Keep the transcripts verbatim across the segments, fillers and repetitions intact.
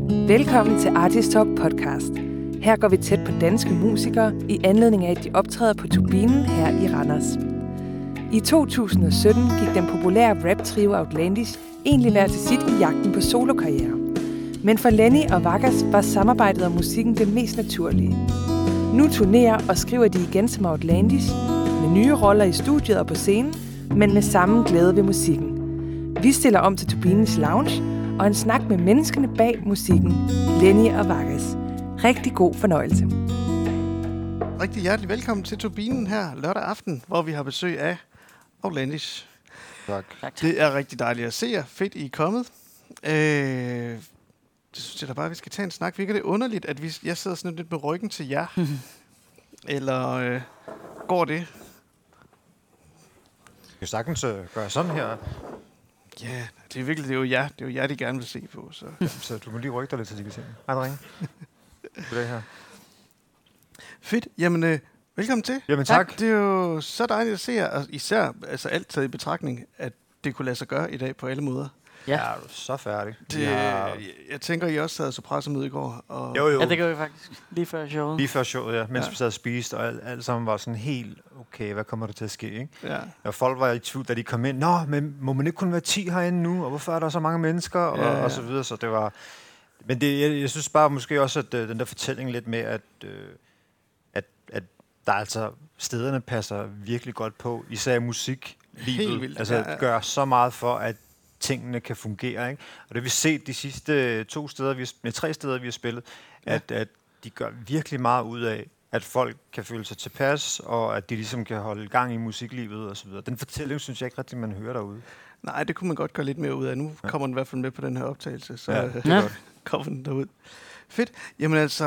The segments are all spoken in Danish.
Velkommen til Artist Talk podcast. Her går vi tæt på danske musikere i anledning af, at de optræder på Turbinen her i Randers. I to tusind og sytten gik den populære rap-trio Outlandish egentlig hver til sit i jagten på solokarriere. Men for Lenny og Vagas var samarbejdet om musikken det mest naturlige. Nu turnerer og skriver de igen som Outlandish, med nye roller i studiet og på scenen, men med samme glæde ved musikken. Vi stiller om til Turbinens Lounge og en snak med menneskene bag musikken, Lenny og Vagas. Rigtig god fornøjelse. Rigtig hjertelig velkommen til Turbinen her lørdag aften, hvor vi har besøg af Outlandish. Tak. Det er rigtig dejligt at se jer. Fedt, I er kommet. Øh, det synes jeg da bare, vi skal tage en snak. Virker det underligt, at vi, jeg sidder sådan lidt med ryggen til jer? Eller øh, går det? Vi kan sagtens uh, gøre sådan her. Ja, det er virkelig det er jo jer. Det er jo jer, de gerne vil se på. Så, så du må lige rykke dig lidt, så de kan se. Hej, drenge. Goddag her. Fedt. Jamen, øh, velkommen til. Jamen, tak. tak. Det er jo så dejligt at se jer, og især altså alt taget i betragtning, at det kunne lade sig gøre i dag på alle måder. Ja, ja, er du så færdig. Det, ja. Jeg tænker, I også sad så pressemøde i går. Og jo, jo. Ja, det gør vi faktisk. Lige før showet. Lige før showet, ja. Mens ja. vi sad og spiste, og alt, alt sammen var sådan helt, okay, hvad kommer der til at ske, ikke? Ja. Og folk var i tvivl, da de kom ind. Nå, men må man ikke kun være ti herinde nu? Og hvorfor er der så mange mennesker? Og, ja, ja. og så videre, så det var... Men det, jeg, jeg synes bare måske også, at uh, den der fortælling lidt med, at, uh, at, at der altså stederne passer virkelig godt på, især musiklivet. vildt, altså ja, ja. gør så meget for, at tingene kan fungere, ikke? Og det vi set de sidste to steder, vi har, tre steder, vi har spillet, ja. at, at de gør virkelig meget ud af, at folk kan føle sig tilpas, og at de ligesom kan holde gang i musiklivet og så videre. Den fortælling synes jeg ikke rigtig, man hører derude. Nej, det kunne man godt gøre lidt mere ud af. Nu ja. kommer den i hvert fald med på den her optagelse, så ja, det ja. kommer den derud. Fedt. Jamen altså,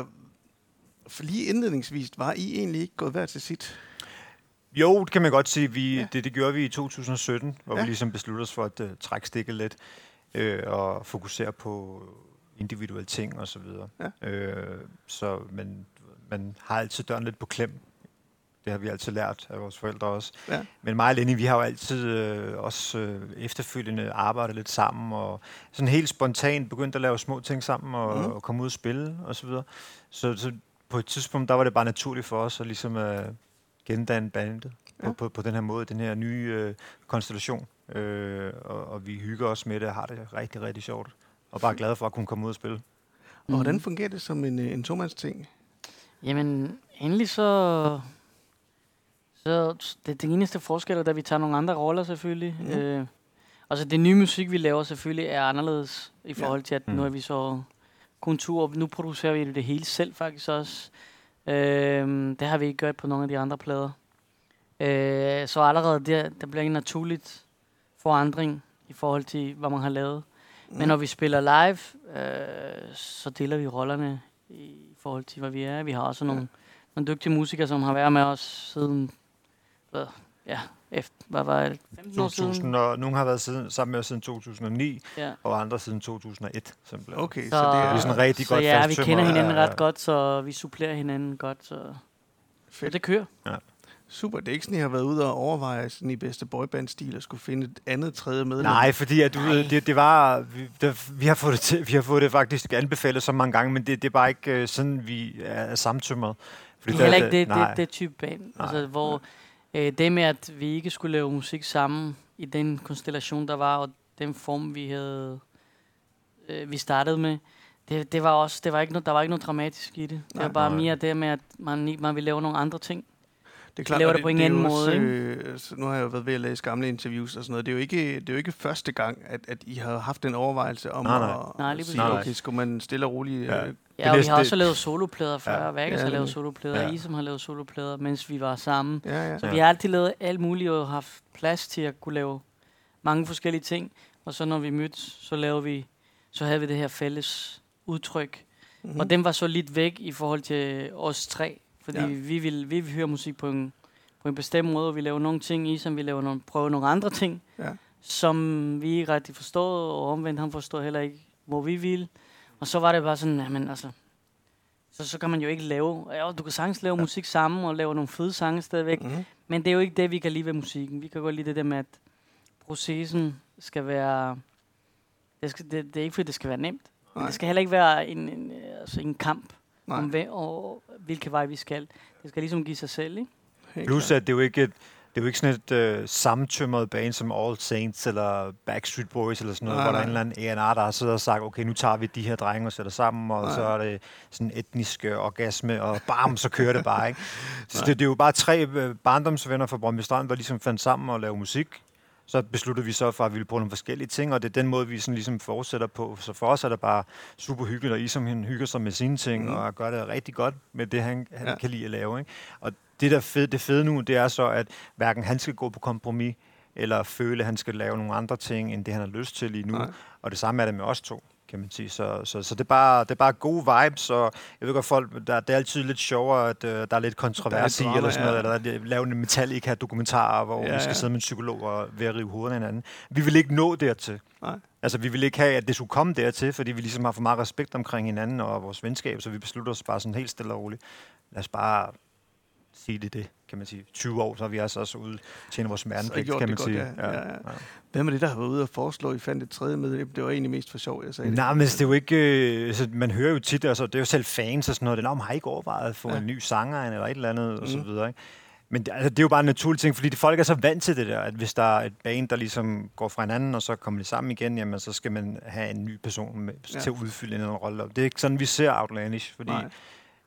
for lige indledningsvis, var I egentlig ikke gået hver til sit? Jo, det kan man godt sige. Vi, ja. det, det gjorde vi i to tusind og sytten, hvor ja. vi ligesom besluttede os for at uh, trække stikket lidt øh, og fokusere på individuelle ting og så videre. Ja. Øh, så men man har altid døren lidt på klem. Det har vi altid lært af vores forældre også. Ja. Men mig og Lenny, vi har jo altid øh, også øh, efterfølgende arbejdet lidt sammen, og sådan helt spontant begyndt at lave små ting sammen, og, mm. og komme ud og spille, og så videre. Så, så på et tidspunkt, der var det bare naturligt for os at ligesom øh, gendanne bandet ja. på, på, på den her måde, den her nye øh, konstellation. Øh, og, og vi hygger os med det, og har det rigtig, rigtig sjovt. Og bare glade for at kunne komme ud og spille. Og mm. hvordan fungerer det som en, en tomandsting? Jamen, endelig så... Så det, det eneste forskel er, da vi tager nogle andre roller selvfølgelig. Mm. Øh, altså det nye musik, vi laver selvfølgelig, er anderledes i forhold til, at mm. nu er vi så kun tur, og nu producerer vi det hele selv faktisk også. Øh, det har vi ikke gjort på nogle af de andre plader. Øh, så allerede der, der bliver en naturligt forandring i forhold til, hvad man har lavet. Mm. Men når vi spiller live, øh, så deler vi rollerne i forhold til, hvad vi er. Vi har også nogle, ja. nogle dygtige musikere, som har været med os siden... Ja, efter, hvad var det, femten år siden? Og nogle har været siden, sammen med os siden to tusind og ni, ja. og andre siden to tusind og et, simpelthen. Okay, så, så det er sådan rigtig så godt ja, vi kender hinanden ja, ja. ret godt, så vi supplerer hinanden godt, så, så det kører. Ja. Super, det er ikke sådan, I har været ude og overveje sådan i bedste boyband-stil at skulle finde et andet tredje medlem? Nej, fordi at, du, det, det var, vi, det, vi, har fået det til, vi har fået det faktisk anbefalet så mange gange, men det, det er bare ikke uh, sådan, vi er samtømret. Det er heller ikke det, det, det, det type band, altså, hvor... Det med, at vi ikke skulle lave musik sammen i den konstellation, der var, og den form, vi havde, øh, vi startede med, det, det var også, det var ikke noget, der var ikke noget dramatisk i det. Det nej, var bare nej. mere det med, at man, man ville lave nogle andre ting. Det er klart, laver det, det på en anden måde. Øh, nu har jeg jo været ved at læse gamle interviews og sådan noget. Det er jo ikke, det er jo ikke første gang, at, at I har haft den overvejelse om nej, nej. at, nej, at sige, okay, skulle man stille og roligt... Ja. Øh, Ja, og vi har også lavet soloplader før. Ja. Værkes ja, har lavet soloplader, ja. I som har lavet soloplader, mens vi var sammen. Ja, ja. Så ja. vi har altid lavet alt muligt og haft plads til at kunne lave mange forskellige ting. Og så når vi mødtes, så lavede vi, så havde vi det her fælles udtryk. Mm-hmm. Og den var så lidt væk i forhold til os tre. Fordi ja. vi, vil, vi vil høre musik på en, på en bestemt måde, og vi laver nogle ting i, som vi laver nogle, prøver nogle andre ting, ja. som vi ikke rigtig forstår, og omvendt han forstår heller ikke, hvor vi vil. Og så var det bare sådan, jamen altså, så, så kan man jo ikke lave, ja, du kan sagtens lave ja. musik sammen, og lave nogle fede sange stadigvæk, mm-hmm. men det er jo ikke det, vi kan lide ved musikken. Vi kan godt lide det der med, at processen skal være, det, skal, det, det er ikke fordi, det skal være nemt, Men det skal heller ikke være en, en, altså en kamp Nej. om hvem, og hvilke vej vi skal. Det skal ligesom give sig selv, ikke? Helt Plus, klart. at det er jo ikke et, det er jo ikke sådan et øh, sammentømret bane som All Saints eller Backstreet Boys eller sådan noget, Nej, hvor der er nej. en eller anden A and R, der har siddet og sagt, okay, nu tager vi de her drenge og sætter sammen, og Nej. så er det sådan etnisk øh, orgasme, og bam, så kører det bare, ikke? Så det, det er jo bare tre øh, barndomsvenner fra Brøndby Strand, der ligesom fandt sammen og lavede musik. Så besluttede vi så for, at vi ville prøve nogle forskellige ting, og det er den måde, vi sådan ligesom fortsætter på. Så for os er det bare super hyggeligt, og Isam han hygger sig med sine ting, mm. og gør det rigtig godt med det, han, han Ja. kan lide at lave, ikke? Og det, der fede, det fede nu, det er så, at hverken han skal gå på kompromis, eller føle, at han skal lave nogle andre ting, end det, han har lyst til lige nu. Nej. Og det samme er det med os to, kan man sige. Så, så, så det, er bare, det er bare gode vibes, og jeg ved godt, folk, der, det er altid lidt sjovere, at uh, der er lidt kontrovers i, drama, eller sådan noget, ja. eller der, lave en Metallica-dokumentarer, hvor Ja, vi skal ja. sidde med en psykolog og ved at rive hovedet af hinanden. Vi vil ikke nå dertil. Nej. Altså, vi vil ikke have, at det skulle komme dertil, fordi vi ligesom har for meget respekt omkring hinanden og vores venskab, så vi beslutter os bare sådan helt stille og roligt. Lad os bare sige det, det kan man sige. tyve år, så har vi altså også ude tjene vores værnepligt, gjort kan det man godt, sige. ja. Ja, ja. Hvem er det, der har været ude og foreslå, I fandt et tredje med? Det var egentlig mest for sjov, jeg sagde det. Nej, men det er jo ikke... Øh, altså, man hører jo tit, altså, det er jo selv fans og sådan noget, det er, om har I ikke overvejet at få Ja. en ny sanger ind, eller et eller andet, mm. og så Mhm. videre, ikke? Men det, altså, det er jo bare en naturlig ting, fordi de folk er så vant til det der, at hvis der er et band, der ligesom går fra hinanden, og så kommer de sammen igen, jamen så skal man have en ny person med, Ja. til at udfylde en eller anden rolle. Og det er ikke sådan, vi ser Outlandish, fordi Nej.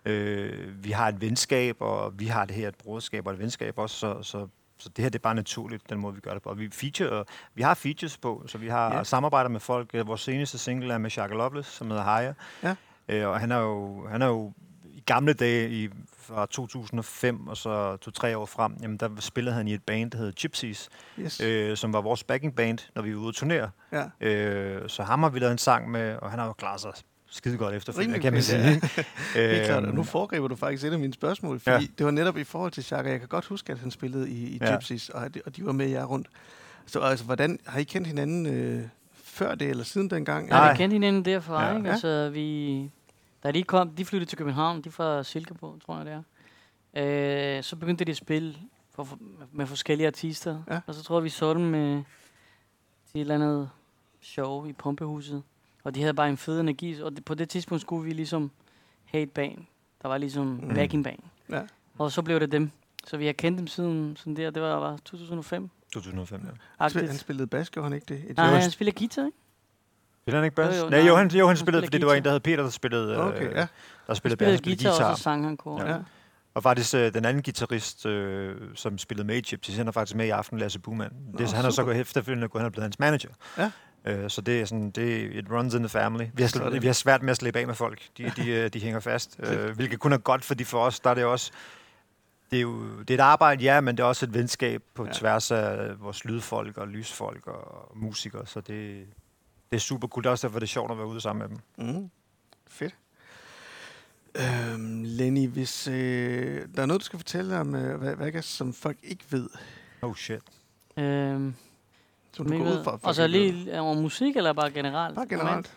øh, vi har et venskab, og vi har det her et broderskab og et venskab også, så, så, så det her det er bare naturligt, den måde, vi gør det på. Og vi, feature, vi har features på, så vi har Ja. ja. samarbejder med folk. Vores seneste single er med Shaka Loveless, som hedder Higher. Ja. Øh, og han er jo, han er jo i gamle dage, i, fra to tusind og fem og så to-tre år frem, jamen der spillede han i et band, der hedder Gypsies, Yes. øh, som var vores backing band, når vi var ude at turnere. Ja. Øh, så ham har vi lavet en sang med, og han har jo klaret sig skide godt efterfølgende, Rimelig kan man fedt, sige. ja. øh, Helt klart, og nu foregriber du faktisk et af mine spørgsmål, fordi Ja. det var netop i forhold til Shaka. Jeg kan godt huske, at han spillede i, i Ja. Gypsies, og, de- og de var med jer rundt. Så altså, hvordan har I kendt hinanden øh, før det, eller siden dengang? Nej, Nej. vi kendte hinanden derfra, Ja. ikke? Ja. Altså, vi... Da de kom, de flyttede til København, de er fra Silkeborg, tror jeg det er. Øh, så begyndte de at spille for, for, med forskellige artister. Ja. Og så tror jeg, vi så dem med til et eller andet show i Pumpehuset. Og de havde bare en fed energi, og det, på det tidspunkt skulle vi ligesom have et band. Der var ligesom Mm. mm. backing band. Ja. Og så blev det dem. Så vi har kendt dem siden sådan der, det var bare to tusind og fem. to tusind og fem, ja. Han, spil, Agtigt. han spillede bas, gjorde han ikke det? Et Nej, år? han spiller guitar, ikke? Spiller han ikke bass? Jo, jo, Nej, nej. jo, han, jo, han Han spillede, spiller fordi det var en, der guitar. hed Peter, der spillede, Okay, øh, ja. der Han spillede, spillede bass, guitar, guitar. og så sang han kor. Ja. Og faktisk øh, den anden guitarist, øh, som spillede med i Gypsies, han er faktisk med i aften, Lasse Buhmann. Nå, Det, han er så super. gået efterfølgende gået hen og blevet hans manager. Ja. Øh, så det er sådan, det it runs in the family. Vi har, Sådan. sl- vi har svært med at slippe af med folk. De, de, øh, de hænger fast. Øh, hvilket kun er godt, fordi for os, der er det også... Det er jo det er et arbejde, ja, men det er også et venskab på Ja. ja. tværs af vores lydfolk og lysfolk og musikere, så det, det er super cool. Det er også derfor, det er sjovt at være ude sammen med dem. Mm. Fedt. Øhm, Lenny, hvis øh, der er noget, du skal fortælle om øh, hvad, hvad som folk ikke ved, Oh shit. Øhm, som du går ud fra. at folk og så ikke ved. lige om musik, eller bare generelt? Bare generelt.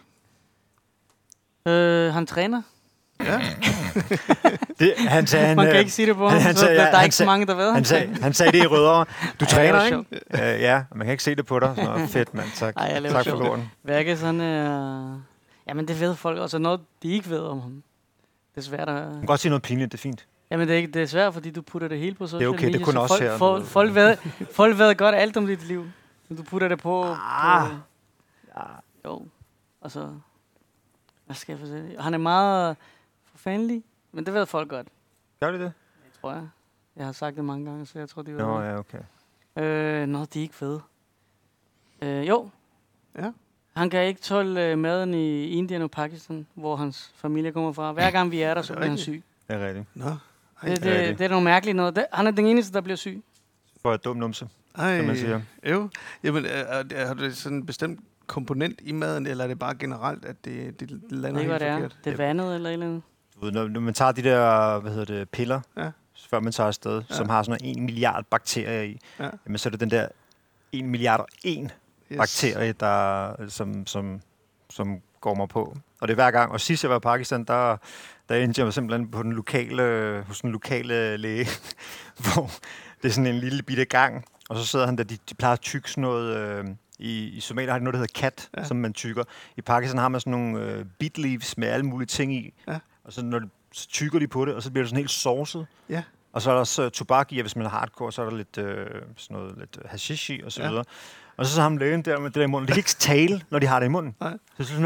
Øh, han træner. Ja. Det, han sagde, han, Man kan øh, ikke sige det på han- ham, han så sagde- der, ja, der er han ikke så sagde- mange, der ved. han, sagde, han sagde det i Rødovre. Du Ej, træner, det ikke? var Øh, ja, man kan ikke se det på dig. Nå, fedt, mand. Tak. Ej, jeg laver tak for sjov. låren. Værke sådan... Øh, jamen, det ved folk også. Noget, de ikke ved om ham. Det er svært at... Du kan godt sige noget pinligt, det er fint. Jamen, det er, ikke, det er svært, fordi du putter det hele på sociale okay, det er medier, kun så os folk, her, Folk, du- folk, ved, folk ved godt alt om dit liv. Men du putter det på... Ah. på ja, jo. Og så... Hvad skal jeg fortælle? Han er meget forfændelig, men det ved folk godt. Gør det det? Det tror jeg. Jeg har sagt det mange gange, så jeg tror, de ved Nå, det. ja, okay. Øh, nå, de er ikke fede. Øh, jo. Ja. Han kan ikke tåle øh, maden i Indien og Pakistan, hvor hans familie kommer fra. Hver gang vi er der, så Er det bliver han rigtigt? syg. Det er rigtigt. Nå. Ej, Det, er det, det. det er noget mærkeligt noget. Det, han er den eneste, der bliver syg. For et dumt numse, Ej, kan man sige. jo. Jamen, er, er, er, har du sådan en bestemt komponent i maden, eller er det bare generelt, at det, det Jeg lander ved ikke, hvad helt det er. forkert? Det er vandet eller et eller andet. Du ved, når, når man tager de der, hvad hedder det, piller, Ja. før man tager afsted, Ja. som har sådan noget en milliard bakterier i, Ja. jamen så er det den der en milliard og en Yes. bakterie, der, som, som, som går mig på. Og det er hver gang. Og sidst jeg var i Pakistan, der, der endte jeg simpelthen på den lokale, hos den lokale læge, hvor det er sådan en lille bitte gang, og så sidder han der, de, de plejer at tygge sådan noget, øh, I, i Somalia har de noget, der hedder kat, ja. som man tykker. I Pakistan har man sådan nogle øh, beet leaves med alle mulige ting i. Ja. Og så, når de, så tykker de på det, og så bliver det sådan helt saucet. Ja. Og så er der også uh, tobak i, og hvis man er hardcore, så er der lidt, øh, sådan noget, lidt hashish i, og så videre. Ja. Og så så har man lægen der med det der i munden. De kan ikke tale, når de har det i munden. Nej. Så sådan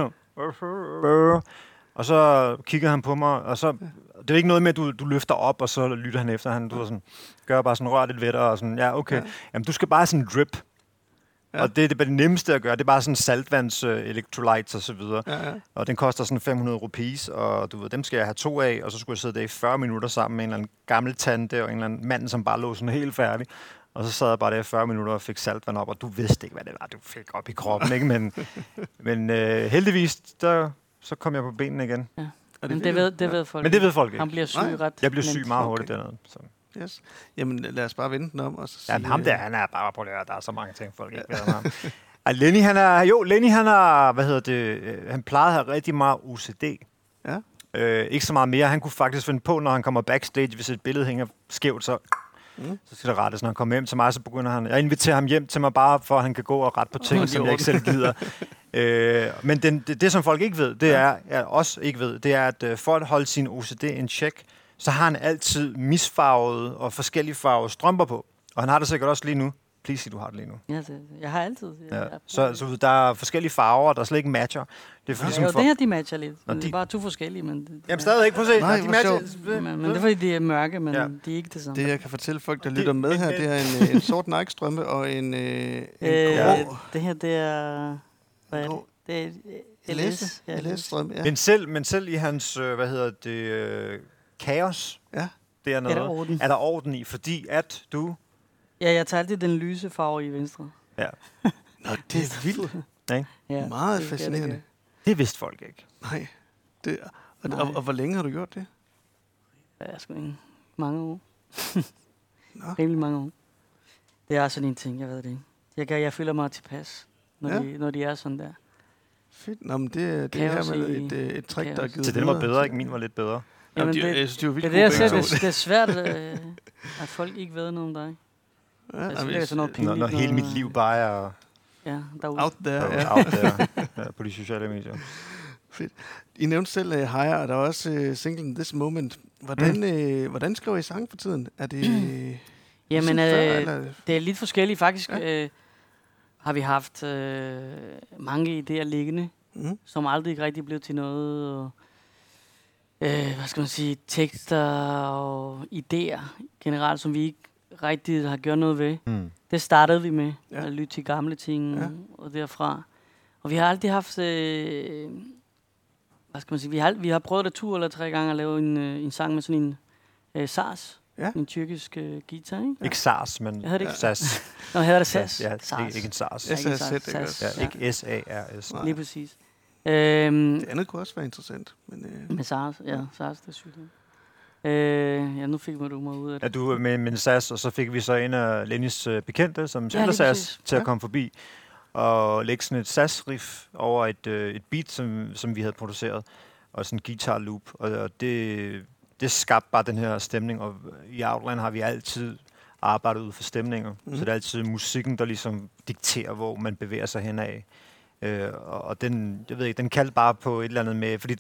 noget. Og så kigger han på mig, og så... Det er ikke noget med, at du, du løfter op, og så lytter han efter. Han du ved, sådan, gør bare sådan, rør lidt ved dig, og sådan, ja, okay. Ja. Jamen, du skal bare sådan drip. Ja. Og det, det er det nemmeste at gøre. Det er bare sådan saltvands, uh, electrolytes og så videre. Ja, ja. Og den koster sådan fem hundrede rupees, og du ved, dem skal jeg have to af, og så skulle jeg sidde der i fyrre minutter sammen med en eller anden gammel tante, og en eller anden mand, som bare lå sådan helt færdig. Og så sad jeg bare der i fyrre minutter og fik saltvand op, og du vidste ikke, hvad det var, du fik op i kroppen, ikke? Men, men uh, heldigvis, der, så kom jeg på benene igen. Ja. Men det ved, det ved folk Men det ved folk ikke. Han bliver syg Nej. ret Jeg bliver syg meget hurtigt okay. dernede. Så. Yes. Jamen, lad os bare vente den om. Og så ja, sige, ham der, han er bare på det, der er så mange ting, folk ikke ved om ham. Og Lenny, han er, jo, Lenny, han er, hvad hedder det, han plejede at have rigtig meget O C D. Ja. Øh, ikke så meget mere. Han kunne faktisk finde på, når han kommer backstage, hvis et billede hænger skævt, så, mm. så skal det rettes. Når han kommer hjem til mig, så begynder han, jeg inviterer ham hjem til mig bare, for at han kan gå og rette på ting, mm. som jeg ikke selv gider. øh, men den, det, det, som folk ikke ved, det er, ja, også ikke ved, det er, at uh, for at holde sin O C D in check, så har han altid misfarvede og forskellige farvede strømper på. Og han har det sikkert også lige nu. Please sig, du har det lige nu. Ja, det, jeg har altid. Jeg ja. Så, så der er forskellige farver, der slet ikke matcher. Det er ja, ligesom jo, for... det her, de matcher lidt. Men de... Det er bare to forskellige, men... Det, Jamen stadig ikke, prøv at se. Nej, de matcher. Men, men det er fordi, de er mørke, men ja. de er ikke det samme. Det, jeg kan fortælle folk, der lytter med her, det er en, en sort Nike-strømpe og en, øh, en øh, grå... Det her, det er... Hvad er det? Det er L S. Ja, L S-strømpe, ja. Men selv, men selv i hans, øh, hvad hedder det, øh, kaos, ja. dernede, er der orden. Er der orden i, fordi at du... Ja, jeg tager altid den lyse farve i venstre. Ja. Nå, det er vildt. Ja. Ja, meget det, fascinerende. Det, det. det vidste folk ikke. Nej. Det, og, Nej. Og, og, og hvor længe har du gjort det? Ja, sgu ikke. Mange år. Rimelig mange år. Det er sådan en ting, jeg ved det ikke. Jeg, jeg føler mig tilpas, når, ja. de, når de er sådan der. Fedt. Nå, men det, det er her med et, et, et trick, kaos. Der er givet. Så den var bedre, ikke? Min var lidt bedre. Jamen, det, det, jeg synes, de var vildt det, det, det, det, det er svært, øh, at folk ikke ved noget om dig. Ja, altså, det er sådan noget pinligt, når, når hele mit liv bare er ja, derude. Out there, ja. Out there ja, på de sociale medier. Fedt. I nævnte selv uh, Higher, og der er også uh, singlen This Moment. Hvordan, mm. uh, hvordan skriver I sang for tiden? Er det... Mm. Jamen, øh, før, det er lidt forskelligt. Faktisk ja. øh, har vi haft øh, mange idéer liggende, mm. som aldrig ikke rigtig blev til noget. Og, øh, hvad skal man sige? Tekster og idéer generelt, som vi ikke rigtig har gjort noget ved. Mm. Det startede vi med, ja. At lytte til gamle ting ja. Og derfra. Og vi har altid haft, øh, hvad skal man sige, vi har, vi har prøvet det to eller tre gange at lave en, øh, en sang med sådan en øh, sars, ja. En tyrkisk øh, guitar, ikke? Ikke sars, men ja, det sas. Nå, hedder det sas? Ja, sars. Ikke en sars. S A S. Ja, ikke S A R S. Lige præcis. Øhm, det andet kunne også være interessant. Men, øh. med sars, ja, sars, det er sygt. Øh, ja, nu fik man du mig ud af det. Ja, du med, med S A S, og så fik vi så en af Lennys uh, bekendte, som spiller ja, S A S, til ja. At komme forbi og lægge sådan et S A S-riff over et, uh, et beat, som, som vi havde produceret, og sådan en guitar loop, og, og det, det skabte bare den her stemning, og i Outland har vi altid arbejdet ud for stemninger, mm. så det er altid musikken, der ligesom dikterer, hvor man bevæger sig henad. Øh, og, og den, jeg ved ikke, den kaldte bare på et eller andet med, fordi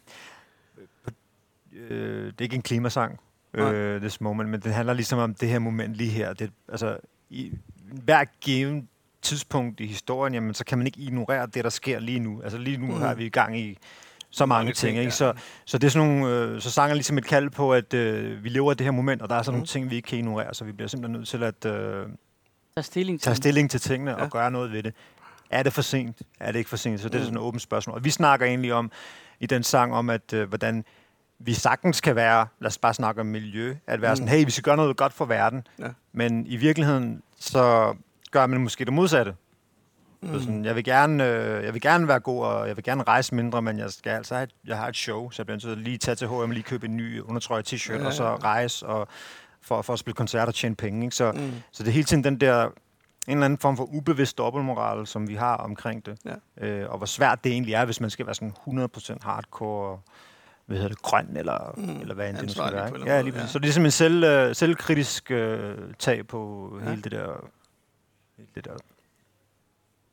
øh, det er ikke en klimasang, øh, this moment, men det handler ligesom om det her moment lige her. Det, altså, i hver given tidspunkt i historien, jamen, så kan man ikke ignorere det, der sker lige nu. Altså lige nu mm. har vi i gang i så mange, mange ting, ting ikke? Så, så det er sådan nogle, øh, så sanger ligesom et kald på, at øh, vi lever i det her moment, og der er sådan mm. nogle ting, vi ikke kan ignorere, så vi bliver simpelthen nødt til at øh, tage stilling til, tage stilling til tingene ja. Og gøre noget ved det. Er det for sent? Er det ikke for sent? Så det er sådan et åbent spørgsmål. Og vi snakker egentlig om, i den sang, om, at øh, hvordan vi sagtens kan være, lad os bare snakke om miljø, at være mm. sådan, hey, vi skal gøre noget godt for verden. Ja. Men i virkeligheden, så gør man måske det modsatte. Mm. Sådan, jeg, vil gerne, øh, jeg vil gerne være god, og jeg vil gerne rejse mindre, men jeg, skal altså have et, jeg har et show, så jeg bliver nødt til at lige tage til H og M, lige købe en ny undertrøje t-shirt, ja, ja. Og så rejse og for, for at spille koncerter og tjene penge. Ikke? Så, mm. så det er hele tiden den der, en eller anden form for ubevidst dobbeltmoral, som vi har omkring det. Ja. Øh, og hvor svært det egentlig er, hvis man skal være sådan hundrede procent hardcore, hvad hedder det, grøn, eller, mm. eller hvad end det nu skal være. Ja, lige ja. Så det er ligesom en selv, øh, selvkritisk øh, tag på ja. hele det der... Hele det der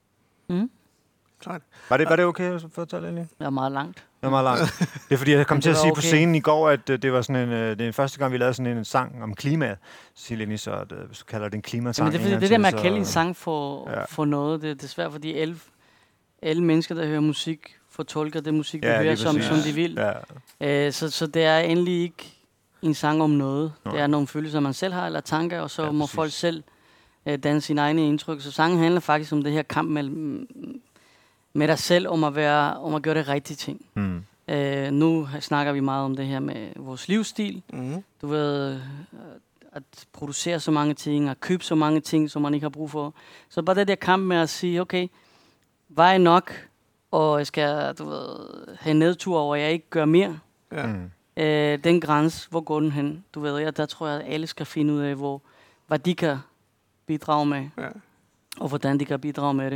Mm. Klart. Var det, var det okay at fortælle lige? Det er meget langt. Det var meget langt. Det er fordi, jeg kom til at sige okay. på scenen i går, at uh, det var sådan en, uh, det er den første gang, vi lavede sådan en sang om klimaet. Så siger Lenny så, at uh, hvis du kalder det en klimasang. Men det er fordi, det der med at kalde en sang for, ja. for noget, det, det er svært, fordi alle, alle mennesker, der hører musik, fortolker det musik, de ja, hører, som, som de vil. Ja. Uh, så, så det er endelig ikke en sang om noget. Nå. Det er nogle følelser, man selv har, eller tanker, og så ja, må folk selv uh, danne sine egne indtryk. Så sangen handler faktisk om det her kamp mellem med dig selv, om at, være, om at gøre det rigtige ting. Mm. Uh, nu snakker vi meget om det her med vores livsstil. Mm. Du ved, at producere så mange ting, at købe så mange ting, som man ikke har brug for. Så bare det der kamp med at sige, okay, var jeg nok, og jeg skal du ved, have nedtur over, at jeg ikke gør mere. Ja. Mm. Uh, den grænse, hvor går den hen? Du ved, ja, der tror jeg, at alle skal finde ud af, hvor, hvad de kan bidrage med, ja. Og hvordan de kan bidrage med det.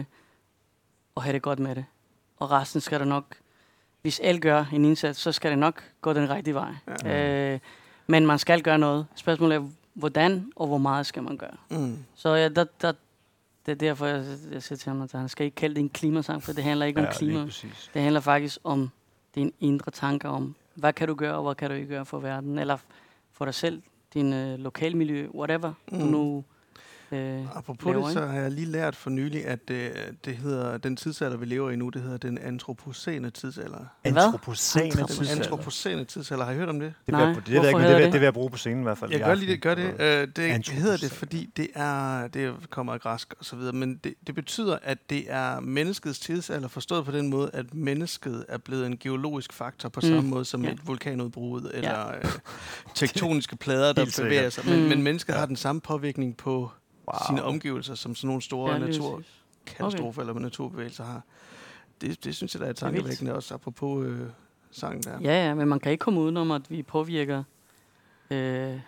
Og have det godt med det. Og resten skal der nok, hvis alle gør en indsats, så skal det nok gå den rigtige vej. Ja. Øh, men man skal gøre noget. Spørgsmålet er, hvordan og hvor meget skal man gøre. Mm. Så ja, der, der, det er derfor, jeg, jeg siger til ham, at han skal ikke kalde det en klimasang, for det handler ikke ja, om klima. Det handler faktisk om dine indre tanker om, hvad kan du gøre, og hvad kan du ikke gøre for verden, eller for dig selv, din øh, lokalmiljø, whatever mm. du nu Øh, Apropos det, så har jeg lige lært for nylig, at det, det hedder, den tidsalder, vi lever i nu, det hedder den antropocæne tidsalder. Antropocæne tidsalder? Antropocæne tidsalder. Har I hørt om det? Det, Nej, det, det, det, det, det vil jeg bruge på scenen i hvert fald. Jeg gør lige det. Gør det. Øh, det hedder det, fordi det er, det kommer af græsk og så videre, men det, det betyder, at det er menneskets tidsalder, forstået på den måde, at mennesket er blevet en geologisk faktor på mm. samme måde som ja. et vulkanudbrud eller ja. øh, tektoniske plader, der bevæger sig. Men, mm. men mennesket ja. har den samme påvirkning på Wow. sine omgivelser, som sådan nogle store ja, naturkatastrofer okay. eller naturbevægelser har. Det, det synes jeg, der er tankevækkende også, apropos øh, sangen der. Ja, ja, men man kan ikke komme udenom, at vi påvirker øh, ja,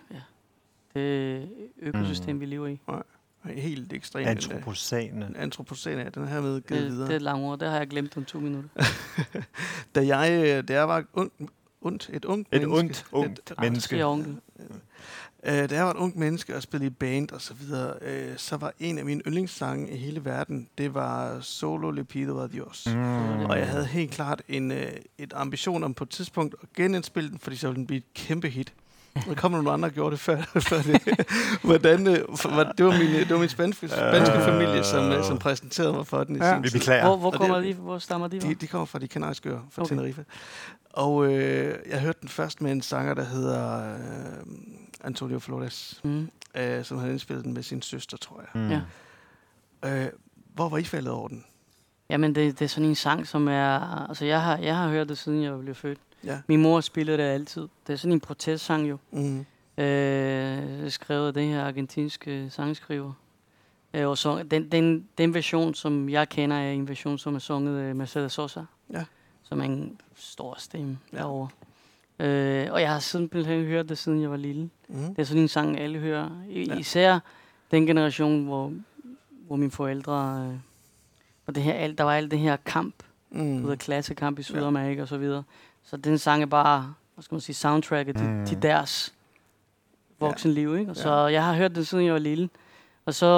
det økosystem, mm. vi lever i. Nej, helt ekstremt. Antropocæne. Antropocæne, ja, den er hermed givet det, videre. Det er et langt ord, det har jeg glemt om to minutter. da, jeg, da jeg var und, und, et ungt et menneske. Ungt, ungt et, menneske. Uh, da jeg var et ungt menneske og spillede i band og så videre, uh, så var en af mine yndlingssange i hele verden, det var Solo Le Pido a Dios. Mm. Og jeg havde helt klart en uh, et ambition om på et tidspunkt at genindspille den, fordi så ville den blive et kæmpe hit. Der kom nogle andre, der gjorde det før, før det. Hvordan, uh, for, det var min, det var min spanske, spanske familie, som, uh, som præsenterede mig for den i ja. sin Vi beklager. Hvor, hvor, kommer de, hvor stammer de fra? De, de kommer fra de kanariske øer, fra okay. Tenerife. Og øh, jeg hørte den først med en sanger, der hedder øh, Antonio Flores, mm. øh, som havde indspillet den med sin søster, tror jeg. Mm. Ja. Øh, hvor var I faldet over den? Jamen, det, det er sådan en sang, som er... Altså, jeg har, jeg har hørt det, siden jeg blev født. Ja. Min mor spillede det altid. Det er sådan en protestsang jo. Mm. Øh, skrevet af den her argentinske sangskriver. Øh, og så, den, den, den version, som jeg kender, er en version, som er sunget af Mercedes Sosa. Ja. Som er en stor stemme ja. derovre. Øh, og jeg har simpelthen hørt det, siden jeg var lille. Mm. Det er sådan en sang, alle hører. I, ja. Især den generation, hvor, hvor mine forældre... Øh, og det her, alt, der var alt det her kamp. Mm. Du ved, klassekamp i Sydamerika ja. og så videre. Så den sang er bare, hvad skal man sige, soundtracket mm. til, til deres voksenliv, ikke? Og ja. Så jeg har hørt den, siden jeg var lille. Og så...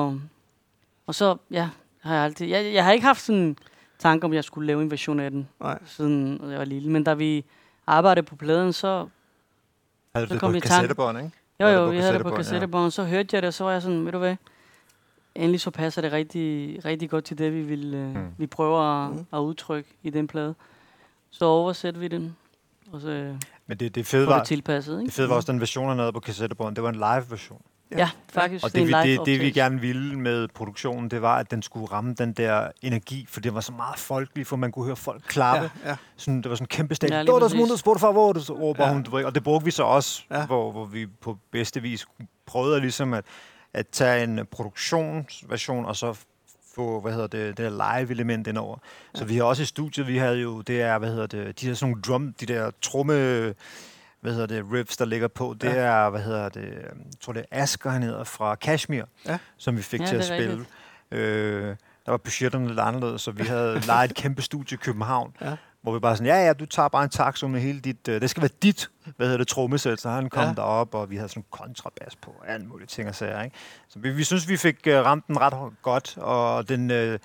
Og så, ja, har jeg altid... Jeg, jeg har ikke haft sådan... tanke om, jeg skulle lave en version af den, Nej. siden jeg var lille. Men da vi arbejdede på pladen, så... Havde du det på kassettebånd, ikke? Jo, jo, vi havde det på kassettebånd. Ja. Så hørte jeg det, og så var jeg sådan, ved du hvad? Endelig så passer det rigtig, rigtig godt til det, vi vil, mm. vi prøver at, mm. at udtrykke i den plade. Så oversætter vi den, og så Men det, det fede var, det tilpasset, ikke? Det fede var også den version, der nåede på kassettebånd. Det var en live-version. Ja, ja, faktisk. Og det, det, det, det vi gerne ville med produktionen, det var, at den skulle ramme den der energi, for det var så meget folkeligt, for man kunne høre folk klappe. Ja, ja. Sådan, det var sådan en kæmpe stat. Ja, Todos mundos, por favor, råber ja. hun. Og det brugte vi så også, ja. hvor, hvor vi på bedste vis prøvede ligesom at, at tage en produktionsversion, og så få, hvad hedder det, det der live-element indover. Ja. Så vi har også i studiet, vi havde jo, det er, hvad hedder det, de her sådan nogle drum, de der tromme... hvad hedder det, riffs, der ligger på, det ja. er, hvad hedder det, jeg tror det er Asger, han hedder, fra Kashmir, ja. som vi fik ja, til at spille. Øh, der var budgetterne lidt anderledes, så vi havde lejet et kæmpe studie i København, ja. hvor vi bare sådan, ja, ja, du tager bare en taxa med hele dit, uh, det skal være dit, hvad hedder det, trommesæt, så han kom ja. derop, og vi havde sådan kontrabas på, alle mulige ting og sager, ikke? Så vi, vi synes, vi fik uh, ramt den ret godt, og den, uh,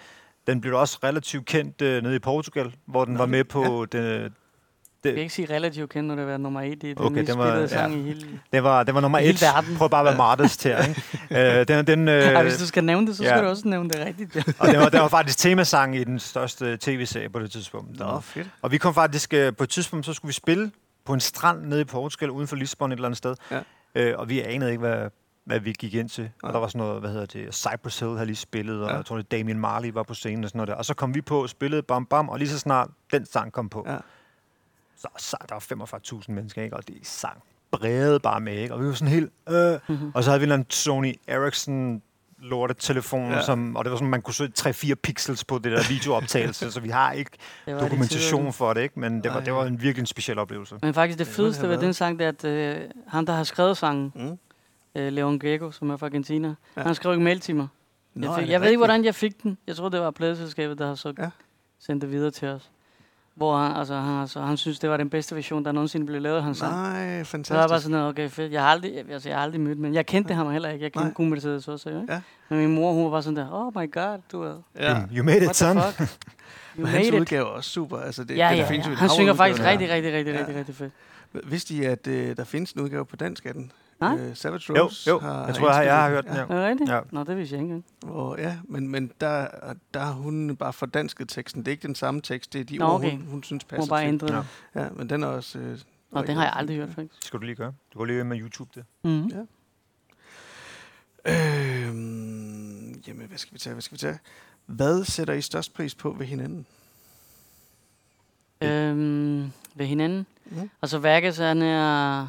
den blev også relativt kendt øh, nede i Portugal, hvor den Nå, var med på... Ja. Den, jeg kan ikke sige relativt kendt, når det var nummer et i den okay, mest var, spillede sang ja. i hele Det var, det var nummer et. Prøv bare at være modest her, ikke? øh, den, den, øh, Ej, hvis du skal nævne det, så ja. skal du også nævne det rigtigt. Ja. Og det var, det var faktisk temasang i den største tv-serie på det tidspunkt. Nå, fedt. Og vi kom faktisk... Øh, på et tidspunkt, så skulle vi spille på en strand nede i Portugal, uden for Lissabon et eller andet sted. Ja. Øh, og vi anede ikke, hvad, hvad vi gik ind til. Ja. Og der var sådan noget, hvad hedder det, Cypress Hill havde lige spillet, og ja. jeg tror, det Damian Marley var på scenen og sådan noget der. Og så kom vi på og spillede bam bam, og lige så snart den sang kom på, ja. så, så der var femogfyrre tusind mennesker, ikke? Og de sang brede bare med, ikke? Og vi var sådan helt... Øh. Mm-hmm. Og så havde vi en Sony Ericsson lortetelefon, ja. som, og det var sådan, man kunne se tre fire pixels på det der videooptagelse, så vi har ikke dokumentation for det, ikke? Men det var, det var en virkelig en speciel oplevelse. Men faktisk det, det fedeste ved den sang, det er, at øh, han, der har skrevet sangen, mm. øh, Leon Gieco, som er fra Argentina, ja. han skrev ikke mail til mig. Nå, jeg, fik, jeg ved ikke, hvordan jeg fik den. Jeg tror, det var pladeselskabet, der har så ja. sendt det videre til os. Hvor han, altså, han, altså, han synes, det var den bedste version, der nogensinde blev lavet, han sang. Nej, fantastisk. Så jeg var bare sådan noget, okay, fedt. Jeg har aldrig, altså, jeg har aldrig mødt, men jeg kendte ham heller ikke. Jeg kendte kun Mercedes også, ikke? Ja. Men min mor, hun var bare sådan der, oh my god, du er... Ja. You made it, son. Men hans udgave er også super. Altså, det, ja, det, ja, det findes ja. jo Han synger faktisk her. rigtig, rigtig, rigtig, ja. rigtig, rigtig fedt. Vidste I, at øh, der findes en udgave på dansk af den? Nej? Øh, Savage Rose jo, jo. har... Jeg tror, jeg, jeg har hørt den, ja. ja. Er det rigtigt? Ja. Nå, det vidste jeg ikke engang. Ja, men, men der, der har hun bare fordansket teksten. Det er ikke den samme tekst, det er de Nå, ord, okay. hun, hun synes passer hun bare til. ændret. Ja. ja, men den er også... Øh, Nå, den har jeg aldrig hørt, faktisk. Det skal du lige gøre. Du går lige med YouTube det. Mm-hmm. Ja. Øhm, jamen, hvad skal vi tage? Hvad skal vi tage? Hvad sætter I størst pris på ved hinanden? Øhm, ved hinanden? Mm. Altså, Vergas, han er...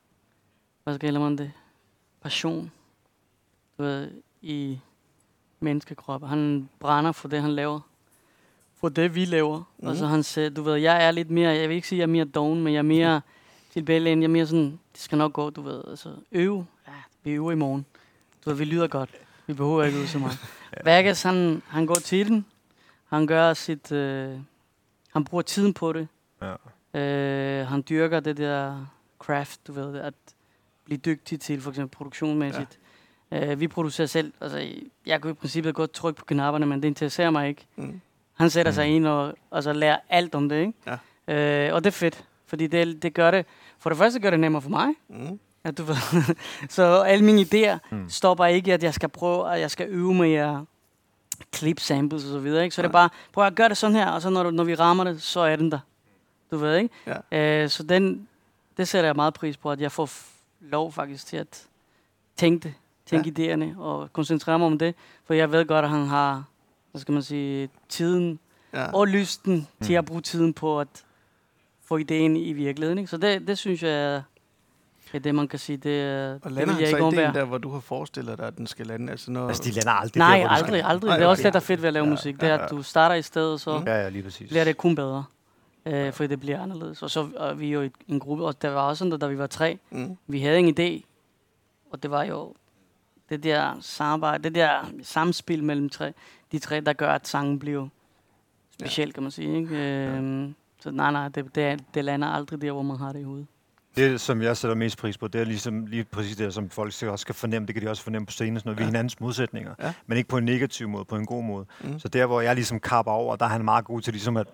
Hvad skal man det? Passion. Du ved, i menneskekroppen. Han brænder for det, han laver. For det, vi laver. Mm. Altså, han siger, du ved, jeg er lidt mere... Jeg vil ikke sige, at jeg er mere doven, men jeg er mere tilbagelænet. Jeg er mere sådan... Det skal nok gå, du ved. Altså, øve. Ja, vi øver i morgen. Du ved, vi lyder godt. Vi behøver ikke ud så meget. ja. Vergas, han, han går til den. Han gør sit... Øh, han bruger tiden på det. Ja. Øh, han dyrker det der craft, du ved, at blive dygtig til, for eksempel produktionsmæssigt. Ja. Øh, vi producerer selv. Altså, jeg kan i princippet godt trykke på knapperne, men det interesserer mig ikke. Mm. Han sætter mm. sig ind og altså, lærer alt om det, ikke? Ja. Øh, og det er fedt, fordi det, det gør det... For det første gør det nemmere for mig. Mm. Ja, du ved. Så alle mine idéer mm. stopper ikke, at jeg skal prøve, at jeg skal øve med jer clip samples og så videre, ikke? Så ja. det er bare, prøv at gøre det sådan her, og så når, du, når vi rammer det, så er den der. Du ved, ikke? Ja. Øh, så den, det sætter jeg meget pris på, at jeg får f- lov faktisk til at tænke det, tænke ja. idéerne, og koncentrere mig om det, for jeg ved godt, at han har, hvad skal man sige, tiden ja. og lysten mm. til at bruge tiden på at få idéen i virkeligheden, ikke? Så det, det synes jeg er det, man kan sige, det er... Og lander han så idéen der, hvor du har forestillet dig, at den skal lande? Altså, når altså de lander aldrig Nej, der, aldrig, aldrig. aldrig. Det er også det, der er fedt ved at lave ja, musik. Det er, at du starter i stedet, så ja, ja, lige præcis. bliver det kun bedre. Øh, fordi det bliver anderledes. Og så og vi er jo en gruppe, og der var også sådan, da vi var tre. Mm. Vi havde en idé, og det var jo det der samarbejde, det der samspil mellem tre, de tre, der gør, at sangen bliver speciel, ja. kan man sige. Ikke? Øh, så nej, nej, det, det, det lander aldrig der, hvor man har det i hovedet. Det, som jeg sætter mest pris på, det er ligesom lige præcis det, som folk også skal fornemme. Det kan de også fornemme på scenen, når vi er hinandens modsætninger. Ja. Men ikke på en negativ måde, på en god måde. Mm. Så der, hvor jeg ligesom kapper over, der er han meget god til ligesom at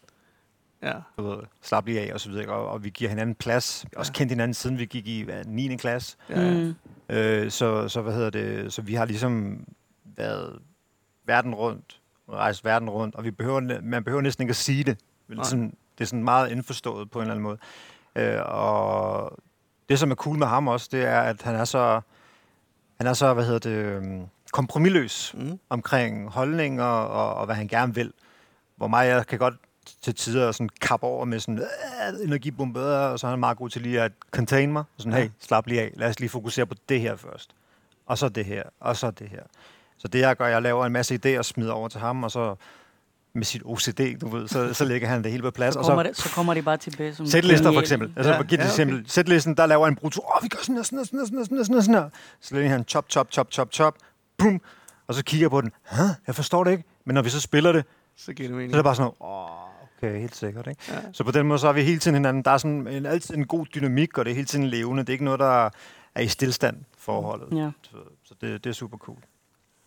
ja. du ved, slappe lige af og så videre. Og, og vi giver hinanden plads. Vi har også ja. kendt hinanden, siden vi gik i hvad, niende klasse. Ja. Mm. Øh, så, så, hvad hedder det, så vi har ligesom været verden rundt, rejst verden rundt, og vi behøver, man behøver næsten ikke at sige det. Sådan, det er sådan meget indforstået på en eller anden måde. Øh, og det, som er cool med ham også, det er, at han er så, han er så, hvad hedder det, kompromisløs mm. omkring holdninger og, og hvad han gerne vil. Hvor mig, jeg kan godt til tider sådan kappe over med sådan øh, energibombe, og så er han meget god til lige at contain mig. Og sådan, hey, slap lige af. Lad os lige fokusere på det her først. Og så det her, og så det her. Så det, jeg gør, jeg laver en masse idéer og smider over til ham, og så med sit O C D, du ved, så, så lægger han det hele på plads. Så og kommer, så, det, så kommer de bare tilbage som... Sætlister for eksempel. Altså, ja, ja, okay. Sætlisten, der laver en bruto. Åh, vi gør sådan her, sådan her, sådan her, sådan her, sådan her, sådan her. Så lægger han chop, chop, chop, chop, chop. Boom. Og så kigger jeg på den. Hæ? Jeg forstår det ikke. Men når vi så spiller det, så, giver det mening. Så er det bare sådan noget, åh, okay, helt sikkert, ikke? Ja. Så på den måde, så har vi hele tiden hinanden. Der er sådan en, altid en god dynamik, og det er hele tiden levende. Det er ikke noget, der er i stillstand forholdet. Ja. Så, så det, det er super cool.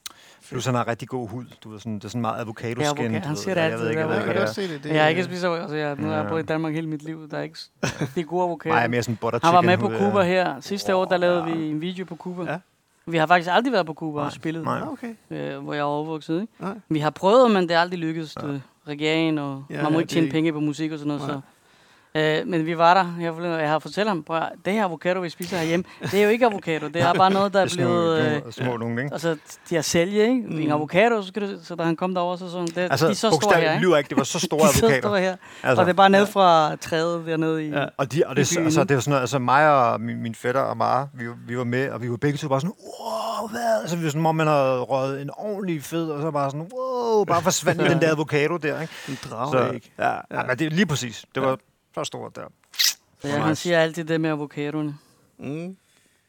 Plus han har rigtig god hud. Du ved, sådan, det er sådan meget avocado-skin. Ja, avoca- han siger det altid. Jeg ved ikke, jeg ved Jeg ikke, kan hvad godt det er. se det. det Jeg har ikke spist avocado. Jeg, nu har jeg Ja. boet i Danmark hele mit liv. Der er ikke det er gode avocado. Nej, mere sådan butter Han var med chicken på hud, Cuba ja. her. Sidste år, der lavede ja. vi en video på Cuba. Ja. Vi har faktisk aldrig været på Cuba og spillet, Nej. Ah, okay. øh, hvor jeg er overvokset. Ikke? Nej. Vi har prøvet, men det er aldrig lykkedes. Ja. Regeringen, og Ja, man må ja, ikke det er tjene ikke- penge på musik og sådan noget. Nej. Så. Øh, men vi var der. Jeg, forleden- jeg har fortalt ham, prøv, at- det her avocado, vi spiser herhjemme, det er jo ikke avocado. Det er bare noget, der er Det er blevet... små, Øh, små, små nogle, ikke? altså, de har sælge, ikke? Mm. En avocado, så, skal du, så da han kom derover, så sådan, det, Altså, de er så store bogstaveligt her, ikke? lyver ikke, det var så store De er så avocadoer. store her. Altså, Og det er bare ned fra træet dernede i... Ja. Og, de, og det, i byen, altså, ikke? det var sådan noget, altså mig og min, min fætter og Mara, vi, vi var med, og vi var begge to bare sådan, wow, hvad? Altså, vi var sådan, hvor man havde røget en ordentlig fed, og så bare sådan, wow, bare forsvandt i den der avocado der, ikke? En Så, drage, ja, ja, men det er lige præcis. Det var så stort der. Så jeg, han siger altid det med avocadoerne. Mm.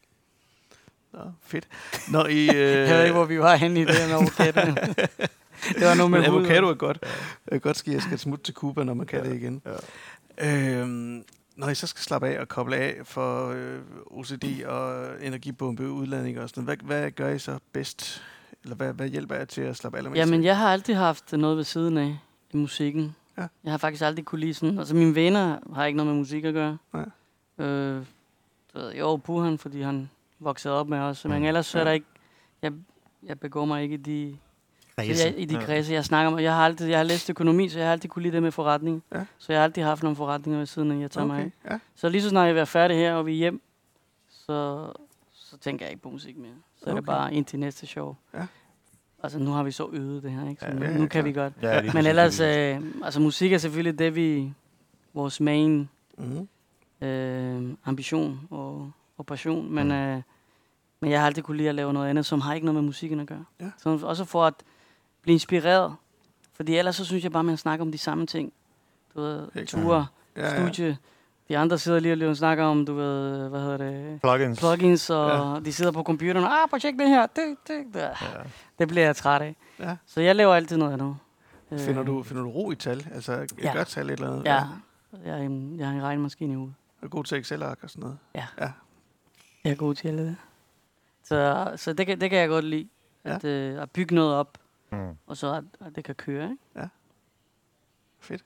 Nå, fedt. Når I... Øh, Jeg ved ikke, hvor vi var henne i det med avocadoerne. Det var noget med men hud. avocado er godt. Det er godt ske, at jeg skal smutte til Cuba, når man kan det igen. Ja. Øhm, når I så skal slappe af og koble af for øh, O C D og energibombe, udladning og sådan noget, hvad, hvad gør I så bedst? Eller hvad, hvad hjælper jeg til at slappe allermest Jamen, af? jeg har altid haft noget ved siden af i musikken. Ja. Jeg har faktisk aldrig kunne lide sådan... Altså, mine venner har ikke noget med musik at gøre. Nej. Øh, du ved, jo, Burhan, fordi han voksede op med os. Men ellers så er der ikke... Jeg, jeg begår mig ikke i de... Så jeg, i de kredse, jeg snakker om. Jeg har altid, jeg har læst økonomi, så jeg har altid kunne lide det med forretning. Ja. Så jeg har altid haft nogle forretninger ved siden af, jeg tager mig af. Okay, ja. Så lige så snart jeg er færdig her, og vi er hjem, så, så tænker jeg ikke på musik mere. Så okay. er det Okay. bare ind til næste show. Ja. Altså, nu har vi så øvet det her, ikke? Så Ja, nu, ja, nu kan klar. vi godt. Ja, lige Men præcis. ellers, øh, altså musik er selvfølgelig det, vi... Vores main Mm. øh, ambition og, og passion. Men, øh, men jeg har altid kunne lide at lave noget andet, som har ikke noget med musikken at gøre. Ja. Så også for at blive inspireret. Fordi ellers så synes jeg bare, man snakker om de samme ting. Du ved, Helt ture, Ja, ja. studie. De andre sidder lige og lige og snakker om, du ved, hvad hedder det... Plugins. Plugins, og ja. de sidder på computeren og, ah, projekt det her, det, det, det. Ja. Det bliver jeg træt af. Ja. Så jeg laver altid noget andet. Finder Øh, du, finder du ro i tal? Altså et Ja. godt tal et eller andet? Ja, jeg, er en- jeg har en regnemaskine i hovedet. Er du god til Excel-ark og sådan noget? Ja. Ja. Jeg er god til det. Så, så det, kan, det kan jeg godt lide. At, ja. øh, at bygge noget op, Mm. og så at, at det kan køre. Ikke? Fedt.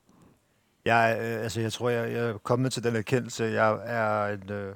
Jeg, øh, altså, jeg tror, jeg, jeg er kommet til den erkendelse. Jeg er en, øh,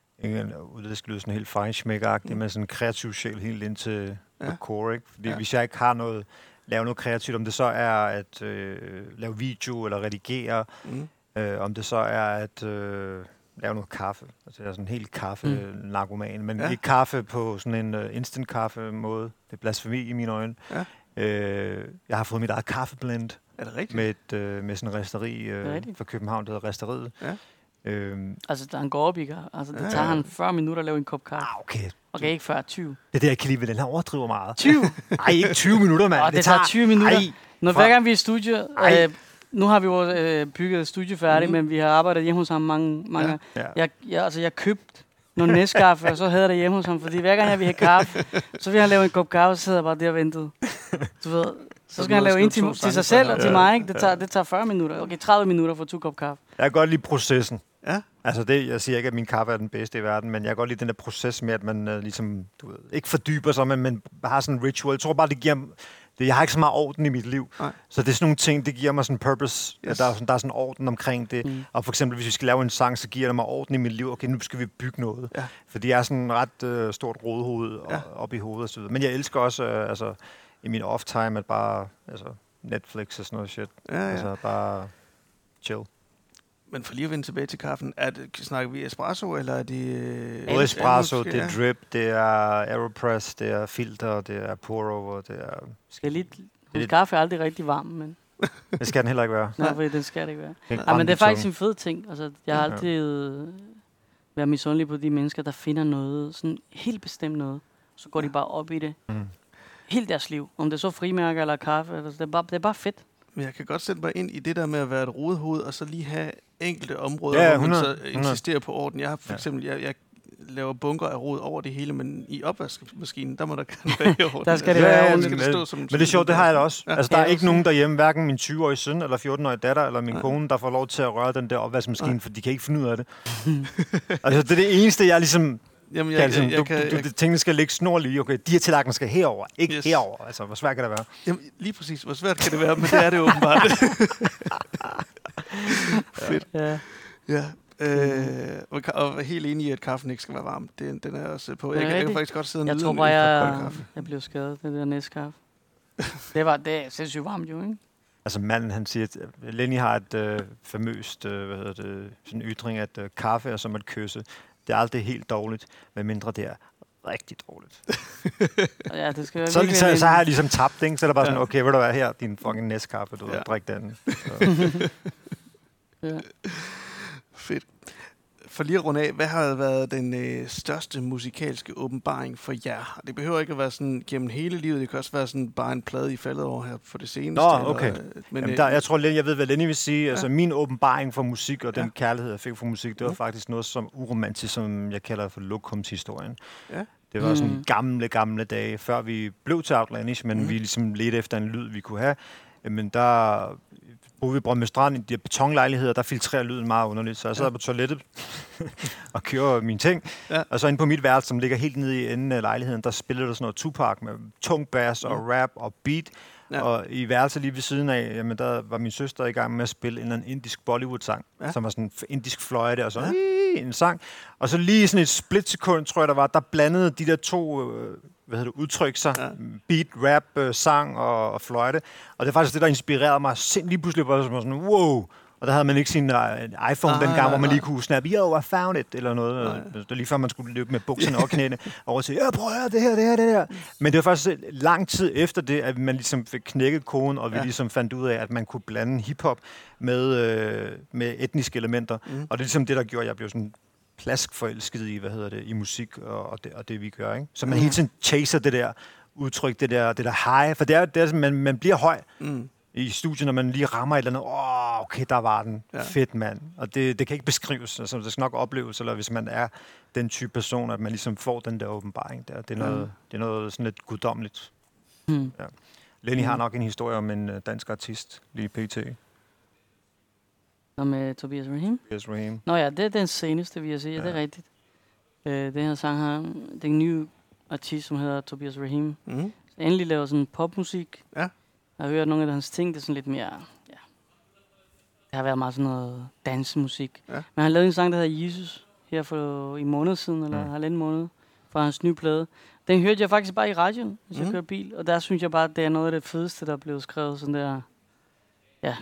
en det skal lyde sådan helt feinschmecker-agtig, Mm. men sådan en kreativ sjæl helt ind til Ja. ja. core, ikke? Fordi Ja. ja. hvis jeg ikke har noget, lave noget kreativt, om det så er at øh, lave video eller redigere, Mm. øh, om det så er at øh, lave noget kaffe. Altså jeg er sådan en helt kaffe-narkoman, men Ja. ja. ikke kaffe på sådan en uh, instant kaffe-måde. Det er blasfemi i mine øjne. Ja. Øh, jeg har fået mit eget kaffeblend Er det rigtigt? med, et, øh, med sådan en resteri Det er øh, rigtigt. fra København, der hedder Resteriet. Ja. Øhm, Altså, da han går op i gør. Altså, det Ja, tager ja. han fyrre minutter at lave en kop kaffe. ah, okay. Okay, ikke fyrre, tyve. Det er det, jeg kan lide ved den her overdriver meget. tyve? Nej, ikke tyve minutter, mand. Åh, det tager tyve minutter. Ej, Når For- hver gang vi er i studie, Ej. øh, nu har vi jo øh, bygget studie færdigt, Mhm. mm. men vi har arbejdet hjemme hos ham mange, mange Ja. ja. ja. jeg, jeg, altså, jeg købte noget næskaffe, og så havde jeg det hjemme hos ham, fordi hver gang jeg vil have kaffe, så vil han lave en kop kaffe, og så sidder jeg bare der og ventede. Du ved, så skal han lave en til, til sig selv og til Ja. mig, ikke? Det tager, det tager fyrre minutter. Okay, tredive minutter for to kop kaffe. Jeg kan godt lide processen. Ja. Altså det, jeg siger ikke, at min kaffe er den bedste i verden, men jeg kan godt lide den der proces med, at man uh, ligesom, du ved, ikke fordyber sig, men, men har sådan en ritual. Jeg tror bare, det giver... Det, jeg har ikke så meget orden i mit liv, Nej. så det er sådan nogle ting, det giver mig sådan en purpose. Yes. Yes. Der, er sådan, der er sådan orden omkring det. Mm. Mm. Og for eksempel, hvis vi skal lave en sang, så giver det mig orden i mit liv. Okay, nu skal vi bygge noget. Ja. Fordi jeg er sådan ret øh, stort rodhoved Ja. ja. op i hovedet og så videre. Men jeg elsker også, øh, altså, i min off-time, at bare, altså, Netflix og sådan noget shit. Ja, ja. Altså, bare chill. Men for lige at vende tilbage til kaffen, er det, snakker vi espresso, eller er det... øh, Både espresso, måske- det er drip, det er aeropress, det er filter, det er pour-over, det er... Det er lidt, lidt- kaffe er aldrig rigtig varm, men Det skal den heller ikke være. nej, fordi den skal det ikke være. Det Ja, men det er faktisk en... en fed ting. Altså, jeg har Ja. altid øh, været misundelig på de mennesker, der finder noget, sådan helt bestemt noget. Så går de bare op i det. Mm. Hele deres liv. Om det er så frimærker eller kaffe. Eller, det, er bare, det er bare fedt. Men jeg kan godt sætte mig ind i det der med at være et rodehoved, og så lige have enkelte områder, Ja, hvor man hundrede, så hundrede. insisterer på orden. Jeg har for Ja. eksempel, jeg, jeg laver bunker af rod over det hele, men i opvaskemaskinen, der må der gerne være i orden. Der skal det Ja, være ja, der ordentligt. skal det stå som... Men det er sjovt, det har jeg da også. Ja. Ja. Altså, der er Ja, ikke også. nogen derhjemme, hverken min tyve-årige søn, eller fjorten-årige datter, eller min Nej. kone, der får lov til at røre den der opvaskemaskine, Nej. for de kan ikke finde ud af det. Altså, det er det eneste, jeg ligesom Jamen, jeg, jeg, jeg, jeg, jeg, du, kan, du, jeg, du, tingene skal ligge snorlige. Okay, de her tallerkener skal herover, ikke yes. herover. Altså, hvor svært kan det være? Jamen, lige præcis. Hvor svært kan det være, men det er det åbenbart. Fedt. Ja. Ja. Øh, og, og er helt enig i, at kaffen ikke skal være varm. Den, den er også på. Jeg, jeg, jeg kan faktisk godt sidde og jeg nyde tror en bare, øl fra kold jeg, kaffe. jeg blev skadet, det der næstkaffe. det var det er sindssygt varmt jo, ikke? Altså manden, han siger, at Lenny har et øh, famøst, øh, hvad hedder det, sådan en ytring, at øh, kaffe er som at kysse. Det er aldrig helt dårligt, medmindre det er rigtig dårligt. ja, det skal så, så, så har jeg ligesom tabt, ikke? Så er der bare sådan, Ja. okay, ved du hvad, her, din fucking næstkaffe, du Ja. ja. drik den. ja. Fedt. For lige at runde af, hvad har været den øh, største musikalske åbenbaring for jer? Det behøver ikke at være sådan gennem hele livet. Det kan også være sådan bare en plade, I faldet over her for det seneste. Nå, okay. Eller, øh, men, Jamen, øh, der, jeg tror, jeg ved, hvad Lenny vil sige. Ja. Altså, min åbenbaring for musik og den Ja. kærlighed, jeg fik for musik, det var Mm. faktisk noget som uromantisk, som jeg kalder for lokumshistorien. Ja. Det var Mm. sådan gamle, gamle dage, før vi blev til Outlandish, men Mm. vi ligesom ledte efter en lyd, vi kunne have. Men der boede vi i Brøndby Strand i de her betonlejligheder, der filtrerer lyden meget underligt. Så jeg sad Ja. på toilettet og gjorde mine ting. Ja. Og så inde på mit værelse, som ligger helt nede i enden af lejligheden, der spillede der sådan noget Tupac med tung bass og rap og beat. Ja. Og i værelset lige ved siden af, jamen der var min søster i gang med at spille en eller anden indisk Bollywood-sang, Ja. som var sådan en indisk fløjte og så Ja. en sang. Og så lige sådan et splitsekund, tror jeg, der var, der blandede de der to øh, hvad hedder det, udtryk sig. Ja. Beat, rap, øh, sang og, og fløjte. Og det er faktisk det, der inspirerede mig. Sind lige pludselig var det sådan, wow! Og der havde man ikke sin uh, iPhone Ah, dengang, nej, hvor man nej. lige kunne snappe, yo, I found it, eller noget. Nej. Det var lige før, man skulle løbe med bukserne og knæene over til, ja, prøv at høre, det her, det her, det her. Men det var faktisk lang tid efter det, at man ligesom fik knækket koden, og vi Ja. ligesom fandt ud af, at man kunne blande hiphop med, øh, med etniske elementer. Mm. Og det er ligesom det, der gjorde, at jeg blev sådan plaskforelsket i, hvad hedder det, i musik og, og, det, og det, vi gør, ikke? Så man Mm. hele tiden chaser det der udtryk, det der, det der high, for det er, det er man, man bliver høj Mm. i studiet, når man lige rammer et eller andet, åh, oh, okay, der var den, Ja. ja. Fedt mand. Og det, det kan ikke beskrives, altså det skal nok opleves, eller hvis man er den type person, at man ligesom får den der åbenbaring der. Det er noget, Mm. det er noget sådan lidt guddommeligt. Hmm. Lenny Mm. har nok en historie om en uh, dansk artist, lige pt. Og med Tobias Rahim. Yes, Raheem. Nå ja, det er den seneste, vil jeg sige. Ja. Ja. Det er rigtigt. Øh, den her sang her, det er en ny artist, som hedder Tobias Rahim. Mm. Så endelig laver sådan popmusik. Ja. Jeg har hørt nogle af hans ting, det er sådan lidt mere, ja. Det har været meget sådan noget dansemusik. Ja. Men han har lavet en sang, der hedder Jesus, her for i måned siden, eller Mm. halvanden måned, fra hans nye plade. Den hørte jeg faktisk bare i radioen, hvis mm. Mm. jeg kørte bil. Og der synes jeg bare, at det er noget af det fedeste, der er blevet skrevet sådan der, ja,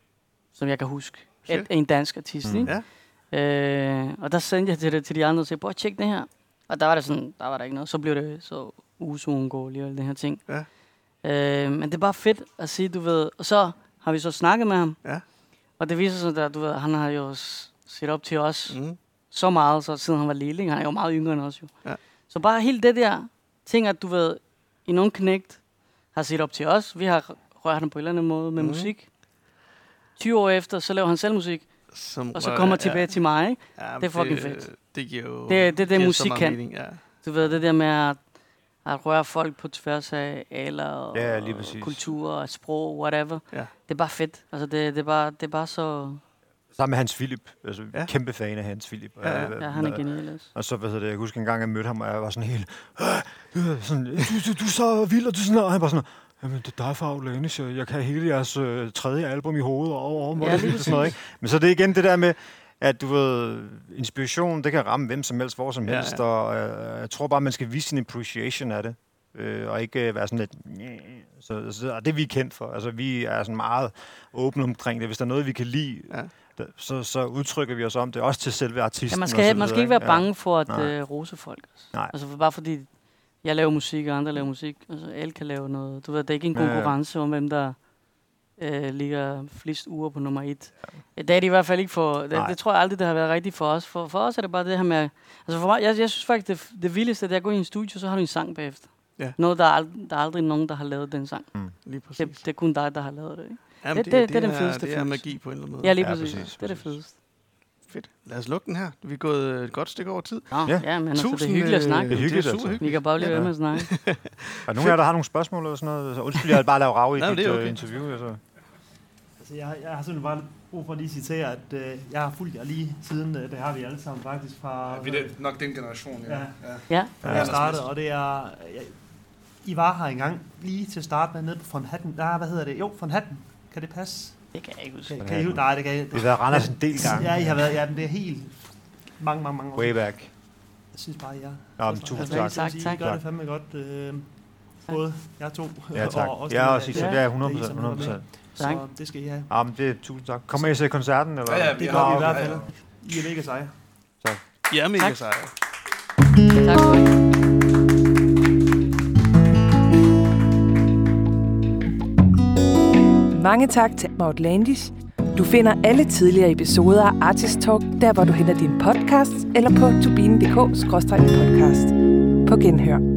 som jeg kan huske. Et, Fedt. en dansk artist, Mm. ikke? Ja. Øh, og der sendte jeg til, det, til de andre og sagde, prøv at tjekke det her. Og der var det sådan, der var der ikke noget. Så blev det så usunngåeligt og den her ting. Ja. Øh, men det er bare fedt at sige, du ved. Og så har vi så snakket med ham. Ja. Og det viser sig, at du ved, han har jo s- set op til os Mm. så meget, så siden han var lille. ikke? Han er jo meget yngre end os jo. Ja. Så bare helt det der ting, at du ved, i nogen Connect har set op til os. Vi har rørt ham på en eller anden måde med Mhm. musik. tyve år efter, så laver han selv musik. Som, Og så kommer tilbage ja. til mig, ikke? Ja, Det er fucking det, fedt. Det giver jo Det- det er det, giver så musik meget kan. mening, ja. Du ved, det der med at, at røre folk på tværs af alder, Ja, og lige præcis. kultur og sprog, whatever. Ja. Det er bare fedt. Altså, det, det, er, bare, det er bare så... Sammen med Hans Philip. Altså, Ja. ja. Kæmpe fan af Hans Philip. Ja, ja. Og, Ja, han er og- genial også. Og så, hvad hedder det, jeg husker en gang, jeg mødte ham, og jeg var sådan helt, øh, sådan, du, du, du er så vild, og du sådan, og han var sådan, jamen det er dig for Outlandish, og jeg kan hele jeres øh, tredje album i hovedet, og over Ja, ja, lige sådan noget, ikke? Men så er det igen det der med, at du ved, inspiration, det kan ramme hvem som helst, hvor som Ja, helst, ja. og øh, jeg tror bare, man skal vise sin appreciation af det, øh, og ikke øh, være sådan lidt, "Næh." så, så og det er vi kendt for, altså vi er sådan meget åbne omkring det, hvis der er noget, vi kan lide, Ja. der, så, så udtrykker vi os om det, også til selve artisten. Ja, man og skal, så man skal videre, ikke være Ja. bange for at Nej. øh, rose folk. Altså. Nej. Altså, for bare fordi jeg laver musik, og andre laver musik, altså alle kan lave noget. Du ved, det er ikke en Ja, ja. konkurrence om, hvem der øh, ligger flest uger på nummer et. Ja. Det er det i hvert fald ikke for... Det, Nej. det tror jeg aldrig, det har været rigtigt for os. For, for os er det bare det her med... Altså for mig, jeg, jeg synes faktisk, det, det vildeste, det er at gå i en studio, så har du en sang bagefter. Ja. Noget, der er, ald- der er aldrig nogen, der har lavet den sang. Lige præcis. Det, det er kun dig, der har lavet det, ikke? Jamen, det- det- det er den fedeste Det er følelse. magi på en eller anden måde. Ja, lige Ja, præcis. præcis, Det er det præcis. fedeste. Fedt. Lad os lukke den her. Vi er gået et godt stykke over tid. Nå, ja. Ja. ja, men altså, det er Tusind, hyggeligt at øh, snakke. Det er hyggeligt, Det er altså. super Vi hyggeligt. kan bare blive Ja. ved med at snakke. Er der nogen af jer, der har nogle spørgsmål eller sådan noget? Så undskyld, jeg bare lave rav i Nej, men dit det er øh, okay. interview. Altså. Altså, jeg, jeg har simpelthen bare brug for at lige citere, at øh, jeg har fulgt jer lige siden, øh, det har vi alle sammen faktisk fra... Ja, vi er nok den generation, ja. Ja, ja. ja. Jeg startede, og det er... Jeg, I var her engang lige til at starte med nede på von Hatten. Nej, hvad hedder det? Jo, von Hatten. Kan det passe? Det kan jeg ikke huske. Kan, kan I huske? Nej, det kan jeg Vi har været Randers en del gange. Ja, I har været... Ja, men det er helt... Mange, mange, mange år. Way back. Jeg synes bare, I er... Nå, men tusind altså, tak. Tak, tak. I gør det fandme godt. Øh, både jer to. Ja, tak. Og også jeg er dem, også ikke så, der- det er der hundrede I procent. som hundrede har været procent. med. Tak. Så det skal I have. Ja, men det er tusind tak. Kommer I til koncerten, eller? Ja, ja, Det vi gør har- vi i hvert ja, fald. ja. I er mega seje. I er mega Tak. seje. Tak for det. Mange tak til Outlandish. Du finder alle tidligere episoder af Artist Talk, der hvor du henter din podcast, eller på turbinen punktum d k skråstreg podcast. På genhør.